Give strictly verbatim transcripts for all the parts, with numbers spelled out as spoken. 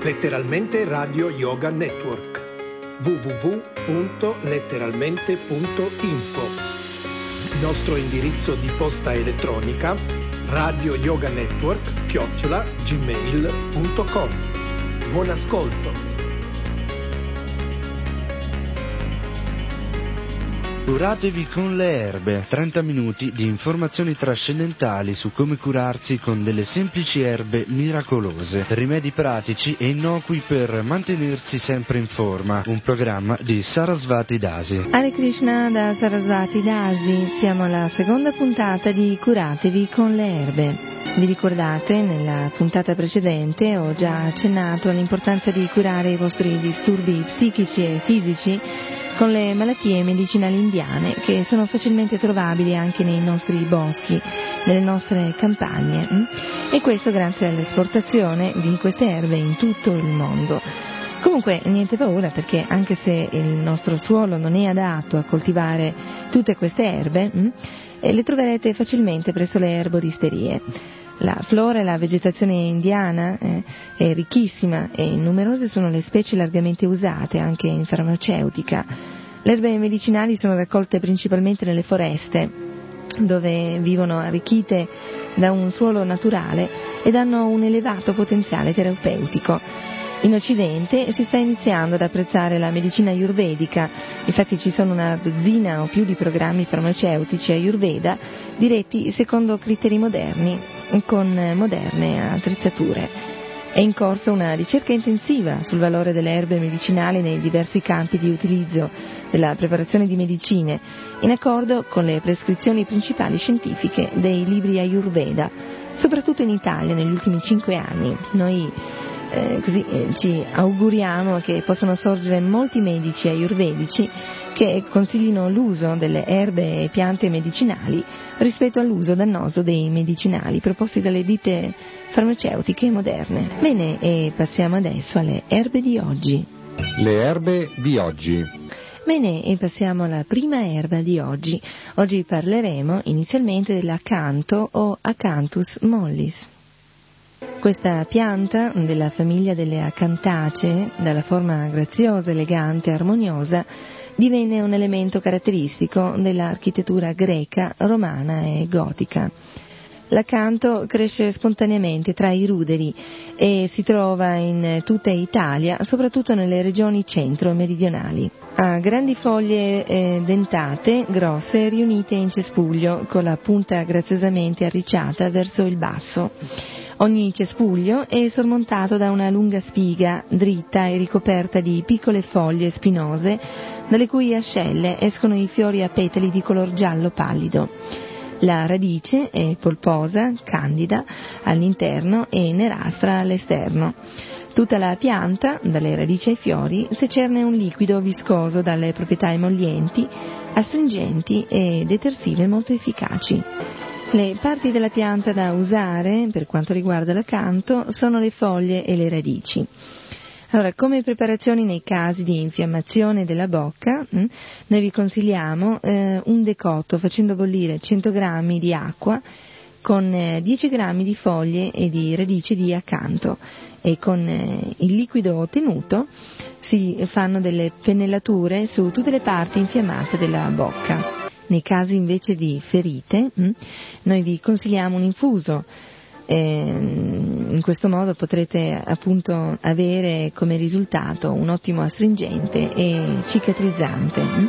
Letteralmente Radio Yoga Network. w w w punto letteralmente punto info. Nostro indirizzo di posta elettronica radio yoga network chiocciola gmail punto com. Buon ascolto. Curatevi con le erbe, trenta minuti di informazioni trascendentali su come curarsi con delle semplici erbe miracolose, rimedi pratici e innocui per mantenersi sempre in forma. Un programma di Sarasvati Dasi. Hare Krishna da Sarasvati Dasi, siamo alla seconda puntata di Curatevi con le erbe. Vi ricordate, nella puntata precedente ho già accennato all'importanza di curare i vostri disturbi psichici e fisici con le malattie medicinali indiane che sono facilmente trovabili anche nei nostri boschi, nelle nostre campagne, e questo grazie all'esportazione di queste erbe in tutto il mondo. Comunque niente paura, perché anche se il nostro suolo non è adatto a coltivare tutte queste erbe, le troverete facilmente presso le erboristerie. La flora e la vegetazione indiana eh, è ricchissima e numerose sono le specie largamente usate anche in farmaceutica. Le erbe medicinali sono raccolte principalmente nelle foreste, dove vivono arricchite da un suolo naturale ed hanno un elevato potenziale terapeutico. In Occidente si sta iniziando ad apprezzare la medicina ayurvedica, infatti ci sono una dozzina o più di programmi farmaceutici ayurveda diretti secondo criteri moderni, con moderne attrezzature. È in corso una ricerca intensiva sul valore delle erbe medicinali nei diversi campi di utilizzo della preparazione di medicine, in accordo con le prescrizioni principali scientifiche dei libri Ayurveda, soprattutto in Italia negli ultimi cinque anni. Noi Eh, così eh, ci auguriamo che possano sorgere molti medici ayurvedici che consiglino l'uso delle erbe e piante medicinali rispetto all'uso dannoso dei medicinali proposti dalle ditte farmaceutiche moderne. Bene, e passiamo adesso alle erbe di oggi. Le erbe di oggi. Bene, e passiamo alla prima erba di oggi. Oggi parleremo inizialmente dell'acanto o Acanthus mollis. Questa pianta, della famiglia delle acantacee, dalla forma graziosa, elegante e armoniosa, divenne un elemento caratteristico dell'architettura greca, romana e gotica. L'acanto cresce spontaneamente tra i ruderi e si trova in tutta Italia, soprattutto nelle regioni centro e meridionali. Ha grandi foglie eh, dentate, grosse, riunite in cespuglio, con la punta graziosamente arricciata verso il basso. Ogni cespuglio è sormontato da una lunga spiga, dritta e ricoperta di piccole foglie spinose, dalle cui ascelle escono i fiori a petali di color giallo pallido. La radice è polposa, candida all'interno e nerastra all'esterno. Tutta la pianta, dalle radici ai fiori, secerne un liquido viscoso dalle proprietà emollienti, astringenti e detersive molto efficaci. Le parti della pianta da usare, per quanto riguarda l'acanto, sono le foglie e le radici. Allora, come preparazioni nei casi di infiammazione della bocca, hm, noi vi consigliamo eh, un decotto facendo bollire cento grammi di acqua con eh, dieci grammi di foglie e di radici di acanto, e con eh, il liquido ottenuto si fanno delle pennellature su tutte le parti infiammate della bocca. Nei casi invece di ferite, hm, noi vi consigliamo un infuso. Eh, in questo modo potrete appunto avere come risultato un ottimo astringente e cicatrizzante. Hm.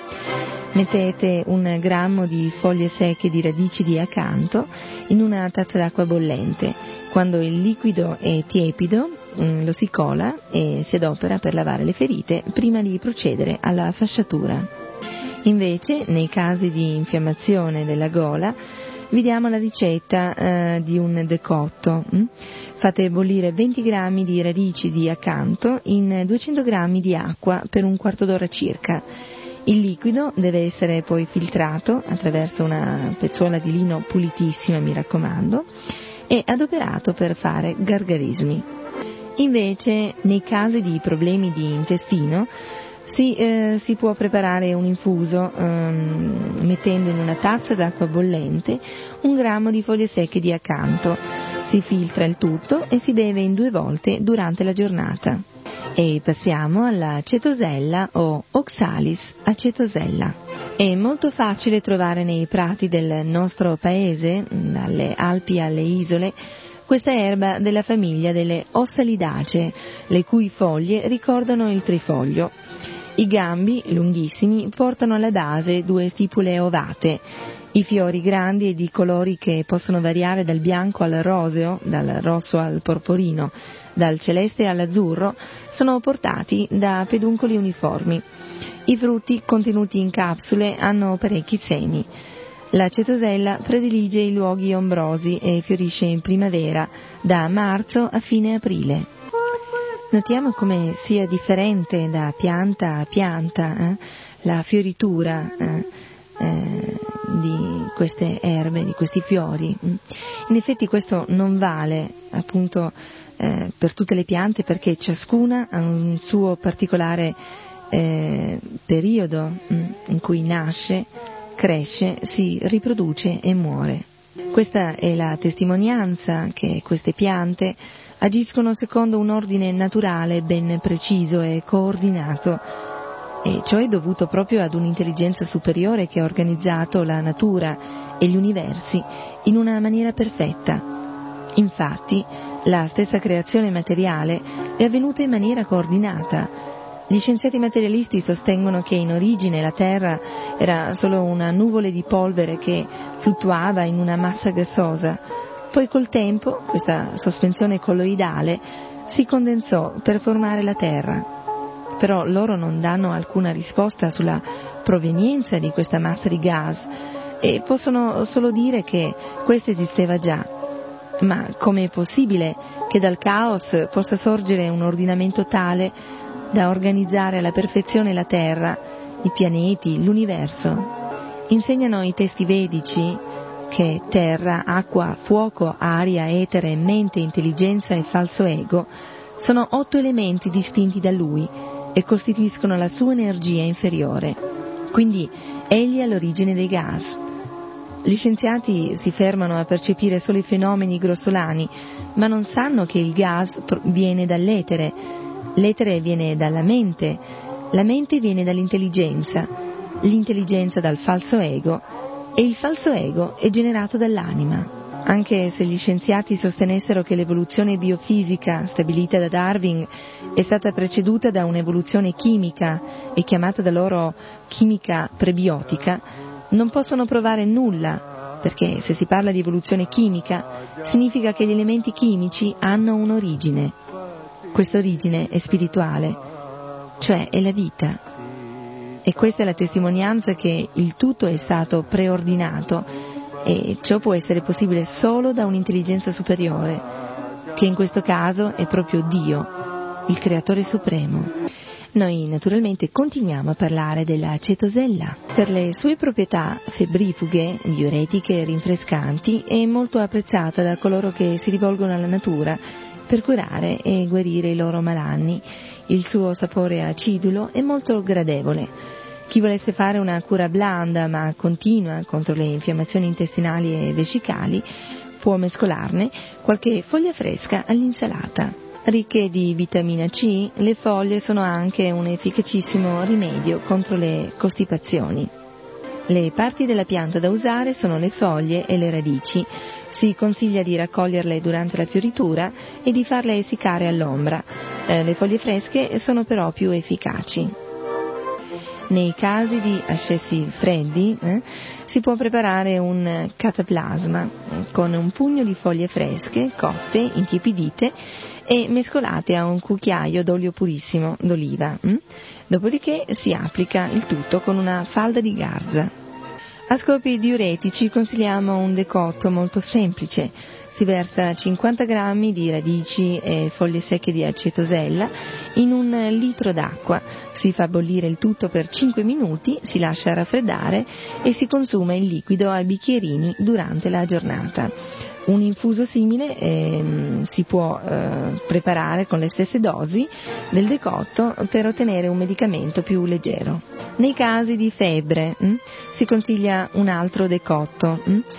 Mettete un grammo di foglie secche di radici di acanto in una tazza d'acqua bollente. Quando il liquido è tiepido, hm, lo si cola e si adopera per lavare le ferite prima di procedere alla fasciatura. Invece, nei casi di infiammazione della gola, vi diamo la ricetta eh, di un decotto. Hm? Fate bollire venti grammi di radici di acanto in duecento grammi di acqua per un quarto d'ora circa. Il liquido deve essere poi filtrato attraverso una pezzuola di lino pulitissima, mi raccomando, e adoperato per fare gargarismi. Invece, nei casi di problemi di intestino, Si, eh, si può preparare un infuso ehm, mettendo in una tazza d'acqua bollente un grammo di foglie secche di acanto. Si filtra il tutto e si beve in due volte durante la giornata. E passiamo alla cetosella o Oxalis acetosella. È molto facile trovare nei prati del nostro paese, dalle Alpi alle isole, questa erba della famiglia delle Ossalidaceae, le cui foglie ricordano il trifoglio. I gambi, lunghissimi, portano alla base due stipule ovate. I fiori grandi e di colori che possono variare dal bianco al roseo, dal rosso al porporino, dal celeste all'azzurro, sono portati da peduncoli uniformi. I frutti, contenuti in capsule, hanno parecchi semi. La cetosella predilige i luoghi ombrosi e fiorisce in primavera, da marzo a fine aprile. Notiamo come sia differente da pianta a pianta eh, la fioritura eh, eh, di queste erbe, di questi fiori. In effetti questo non vale appunto eh, per tutte le piante, perché ciascuna ha un suo particolare eh, periodo mh, in cui nasce, cresce, si riproduce e muore. Questa è la testimonianza che queste piante agiscono secondo un ordine naturale ben preciso e coordinato, e ciò è dovuto proprio ad un'intelligenza superiore che ha organizzato la natura e gli universi in una maniera perfetta. Infatti, la stessa creazione materiale è avvenuta in maniera coordinata. Gli scienziati materialisti sostengono che in origine la Terra era solo una nuvole di polvere che fluttuava in una massa gassosa. Poi col tempo questa sospensione colloidale si condensò per formare la Terra. Però loro non danno alcuna risposta sulla provenienza di questa massa di gas e possono solo dire che questa esisteva già. Ma com'è possibile che dal caos possa sorgere un ordinamento tale da organizzare alla perfezione la Terra, i pianeti, l'universo? Insegnano i testi vedici che terra, acqua, fuoco, aria, etere, mente, intelligenza e falso ego sono otto elementi distinti da lui e costituiscono la sua energia inferiore. Quindi egli è all'origine dei gas. Gli scienziati si fermano a percepire solo i fenomeni grossolani, ma non sanno che il gas viene dall'etere, l'etere viene dalla mente, la mente viene dall'intelligenza, l'intelligenza dal falso ego, e il falso ego è generato dall'anima. Anche se gli scienziati sostenessero che l'evoluzione biofisica stabilita da Darwin è stata preceduta da un'evoluzione chimica e chiamata da loro chimica prebiotica, non possono provare nulla, perché se si parla di evoluzione chimica significa che gli elementi chimici hanno un'origine. Questa origine è spirituale, cioè è la vita. E questa è la testimonianza che il tutto è stato preordinato, e ciò può essere possibile solo da un'intelligenza superiore, che in questo caso è proprio Dio, il Creatore Supremo. Noi naturalmente continuiamo a parlare della cetosella. Per le sue proprietà febbrifughe, diuretiche e rinfrescanti è molto apprezzata da coloro che si rivolgono alla natura per curare e guarire i loro malanni. Il suo sapore acidulo è molto gradevole. Chi volesse fare una cura blanda ma continua contro le infiammazioni intestinali e vescicali può mescolarne qualche foglia fresca all'insalata. Ricche di vitamina C, le foglie sono anche un efficacissimo rimedio contro le costipazioni. Le parti della pianta da usare sono le foglie e le radici. Si consiglia di raccoglierle durante la fioritura e di farle essiccare all'ombra. Eh, le foglie fresche sono però più efficaci. Nei casi di ascessi freddi eh, si può preparare un cataplasma con un pugno di foglie fresche, cotte, intiepidite e mescolate a un cucchiaio d'olio purissimo d'oliva. Hm? Dopodiché si applica il tutto con una falda di garza. A scopi diuretici consigliamo un decotto molto semplice. Si versa cinquanta grammi di radici e foglie secche di acetosella in un litro d'acqua, si fa bollire il tutto per cinque minuti, si lascia raffreddare e si consuma il liquido a bicchierini durante la giornata. Un infuso simile eh, si può eh, preparare con le stesse dosi del decotto per ottenere un medicamento più leggero. Nei casi di febbre hm, si consiglia un altro decotto. Hm,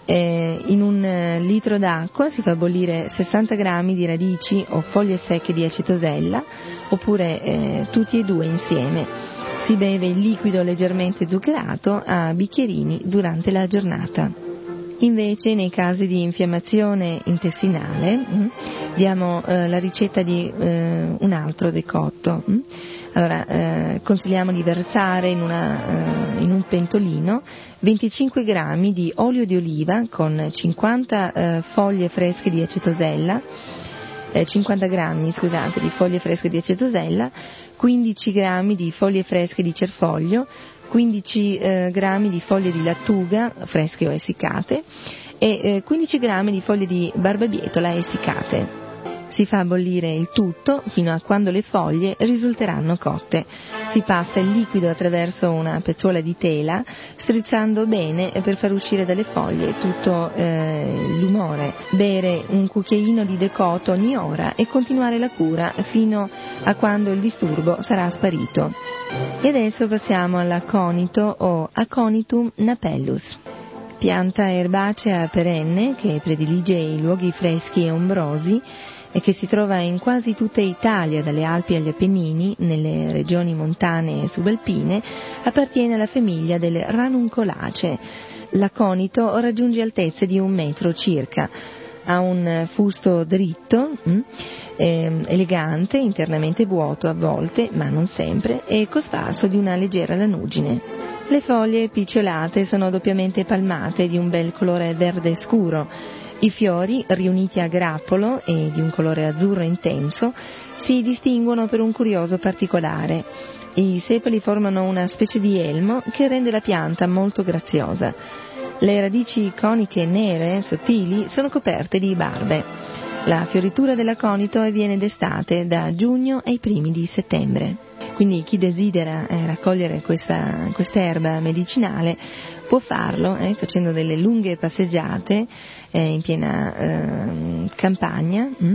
Eh, in un eh, litro d'acqua si fa bollire sessanta grammi di radici o foglie secche di acetosella, oppure eh, tutti e due insieme. Si beve il liquido leggermente zuccherato a bicchierini durante la giornata. Invece nei casi di infiammazione intestinale mh, diamo eh, la ricetta di eh, un altro decotto. Mh. Allora, eh, consigliamo di versare in, una, eh, in un pentolino venticinque grammi di olio di oliva con cinquanta eh, foglie fresche di acetosella, eh, cinquanta grammi scusate, di foglie fresche di acetosella, quindici grammi di foglie fresche di cerfoglio, quindici eh, grammi di foglie di lattuga fresche o essiccate e eh, quindici grammi di foglie di barbabietola essiccate. Si fa bollire il tutto fino a quando le foglie risulteranno cotte. Si passa il liquido attraverso una pezzuola di tela, strizzando bene per far uscire dalle foglie tutto eh, l'umore. Bere un cucchiaino di decotto ogni ora e continuare la cura fino a quando il disturbo sarà sparito. E adesso passiamo all'aconito o Aconitum napellus. Pianta erbacea perenne che predilige i luoghi freschi e ombrosi e che si trova in quasi tutta Italia, dalle Alpi agli Appennini, nelle regioni montane e subalpine, appartiene alla famiglia delle Ranuncolacee. L'aconito raggiunge altezze di un metro circa. Ha un fusto dritto, mh, eh, elegante, internamente vuoto a volte, ma non sempre, e cosparso di una leggera lanugine. Le foglie picciolate sono doppiamente palmate di un bel colore verde scuro. I fiori, riuniti a grappolo e di un colore azzurro intenso, si distinguono per un curioso particolare. I sepali formano una specie di elmo che rende la pianta molto graziosa. Le radici coniche nere, sottili, sono coperte di barbe. La fioritura dell'aconito avviene d'estate, da giugno ai primi di settembre. Quindi chi desidera eh, raccogliere questa quest'erba medicinale può farlo eh, facendo delle lunghe passeggiate eh, in piena eh, campagna mh,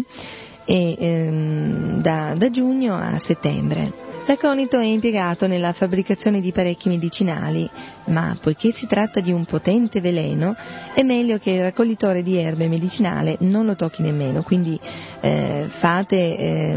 e ehm, da, da giugno a settembre. L'aconito è impiegato nella fabbricazione di parecchi medicinali, ma poiché si tratta di un potente veleno, è meglio che il raccoglitore di erbe medicinale non lo tocchi nemmeno, quindi eh, fate eh,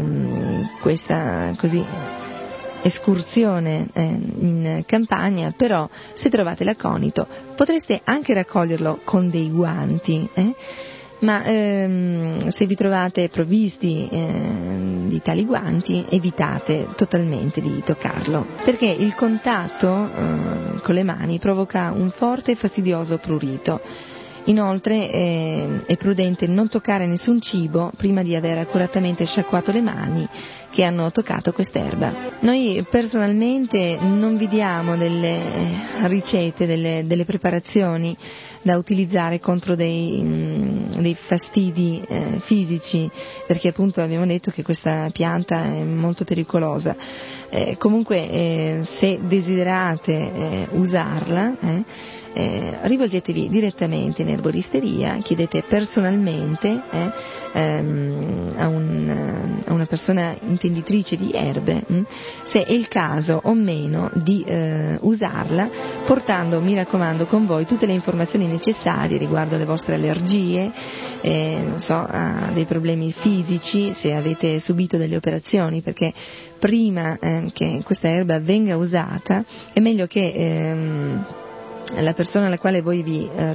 questa così escursione eh, in campagna, però se trovate l'aconito potreste anche raccoglierlo con dei guanti, eh? ma ehm, se vi trovate provvisti eh, di tali guanti evitate totalmente di toccarlo, perché il contatto eh, con le mani provoca un forte e fastidioso prurito. Inoltre eh, è prudente non toccare nessun cibo prima di aver accuratamente sciacquato le mani che hanno toccato quest'erba. Noi personalmente non vi diamo delle ricette, delle, delle preparazioni da utilizzare contro dei, mh, dei fastidi eh, fisici, perché appunto abbiamo detto che questa pianta è molto pericolosa. Eh, comunque eh, se desiderate eh, usarla, eh, Eh, rivolgetevi direttamente in erboristeria, chiedete personalmente eh, ehm, a, un, a una persona intenditrice di erbe mh, se è il caso o meno di eh, usarla, portando, mi raccomando, con voi tutte le informazioni necessarie riguardo alle vostre allergie, eh, non so, a dei problemi fisici, se avete subito delle operazioni, perché prima eh, che questa erba venga usata è meglio che ehm, la persona alla quale voi vi eh,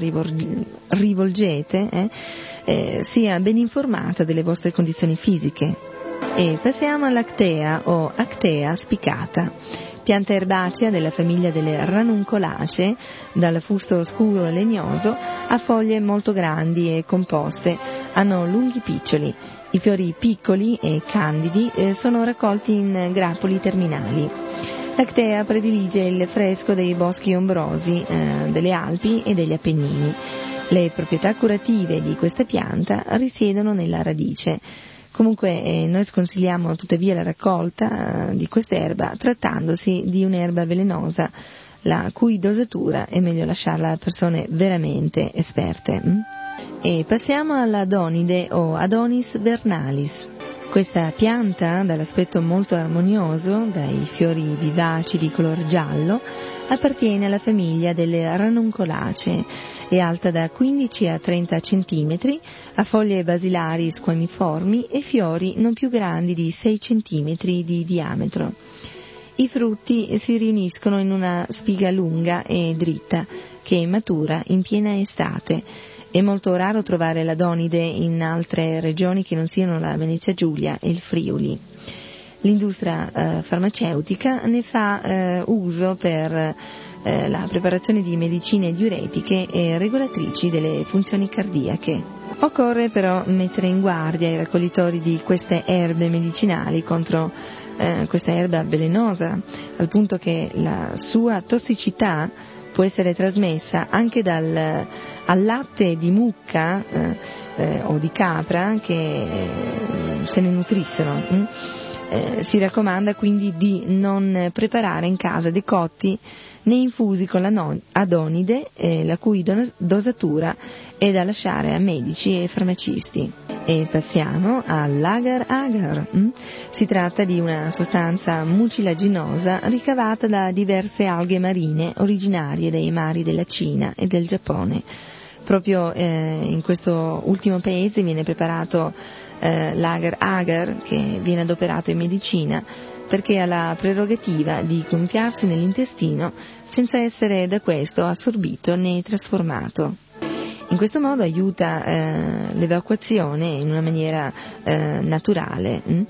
rivolgete eh, eh, sia ben informata delle vostre condizioni fisiche. E passiamo all'Actea o Actea spicata, pianta erbacea della famiglia delle Ranuncolacee, dal fusto scuro e legnoso, ha foglie molto grandi e composte, hanno lunghi piccioli. I fiori piccoli e candidi eh, sono raccolti in grappoli terminali. L'actea predilige il fresco dei boschi ombrosi, eh, delle Alpi e degli Appennini. Le proprietà curative di questa pianta risiedono nella radice. Comunque eh, noi sconsigliamo tuttavia la raccolta eh, di quest'erba, trattandosi di un'erba velenosa, la cui dosatura è meglio lasciarla a persone veramente esperte. E passiamo all'Adonide o Adonis vernalis. Questa pianta, dall'aspetto molto armonioso, dai fiori vivaci di color giallo, appartiene alla famiglia delle Ranuncolacee è alta da quindici a trenta centimetri, ha foglie basilari squamiformi e fiori non più grandi di sei centimetri di diametro. I frutti si riuniscono in una spiga lunga e dritta che matura in piena estate. È molto raro trovare l'Adonide in altre regioni che non siano la Venezia Giulia e il Friuli. L'industria eh, farmaceutica ne fa eh, uso per eh, la preparazione di medicine diuretiche e regolatrici delle funzioni cardiache. Occorre però mettere in guardia i raccoglitori di queste erbe medicinali contro eh, questa erba velenosa, al punto che la sua tossicità può essere trasmessa anche dal, al latte di mucca eh, eh, o di capra che eh, se ne nutrissero. Hm? Eh, si raccomanda quindi di non preparare in casa decotti né infusi con l'Adonide, eh, la cui dosatura è da lasciare a medici e farmacisti. E passiamo all'agar-agar. Mm? Si tratta di una sostanza mucilaginosa ricavata da diverse alghe marine originarie dai mari della Cina e del Giappone. Proprio eh, in questo ultimo paese viene preparato eh, l'agar-agar, che viene adoperato in medicina perché ha la prerogativa di gonfiarsi nell'intestino senza essere da questo assorbito né trasformato. In questo modo aiuta eh, l'evacuazione in una maniera eh, naturale. Hm?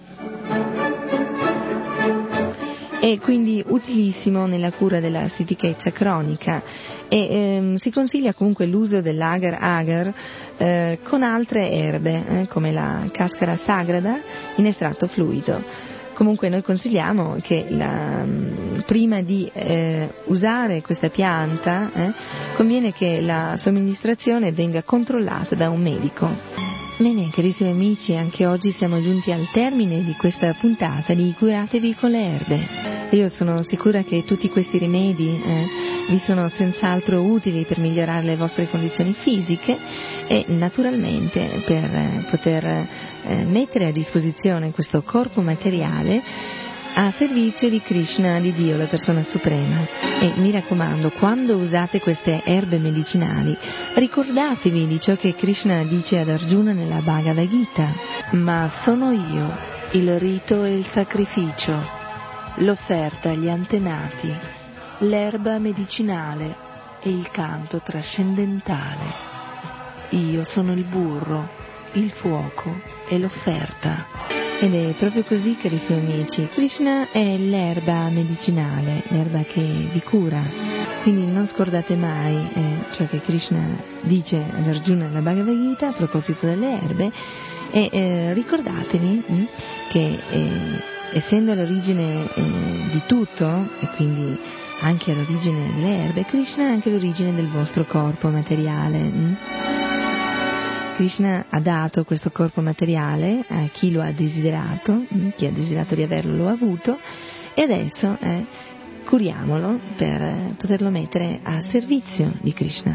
È quindi utilissimo nella cura della stitichezza cronica e ehm, si consiglia comunque l'uso dell'agar-agar eh, con altre erbe, eh, come la cascara sagrada in estratto fluido. Comunque noi consigliamo che la, prima di eh, usare questa pianta eh, conviene che la somministrazione venga controllata da un medico. Bene, carissimi amici, anche oggi siamo giunti al termine di questa puntata di Curatevi con le erbe. Io sono sicura che tutti questi rimedi eh, vi sono senz'altro utili per migliorare le vostre condizioni fisiche e naturalmente per eh, poter eh, mettere a disposizione questo corpo materiale a servizio di Krishna, di Dio, la persona suprema. E mi raccomando, quando usate queste erbe medicinali, ricordatevi di ciò che Krishna dice ad Arjuna nella Bhagavad Gita. Ma sono io, il rito e il sacrificio, l'offerta agli antenati, l'erba medicinale e il canto trascendentale. Io sono il burro, il fuoco e l'offerta. Ed è proprio così, carissimi amici, Krishna è l'erba medicinale, l'erba che vi cura. Quindi non scordate mai eh, ciò che Krishna dice ad Arjuna nella Bhagavad Gita a proposito delle erbe e eh, ricordatevi hm, che eh, essendo l'origine eh, di tutto e quindi anche l'origine delle erbe, Krishna è anche l'origine del vostro corpo materiale. Hm? Krishna ha dato questo corpo materiale a chi lo ha desiderato, chi ha desiderato di averlo lo ha avuto e adesso eh, curiamolo per poterlo mettere a servizio di Krishna.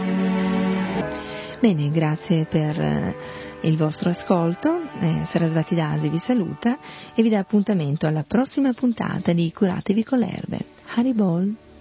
Bene, grazie per eh, il vostro ascolto, eh, Sarasvati Dasi vi saluta e vi dà appuntamento alla prossima puntata di Curatevi con le erbe. Haribol!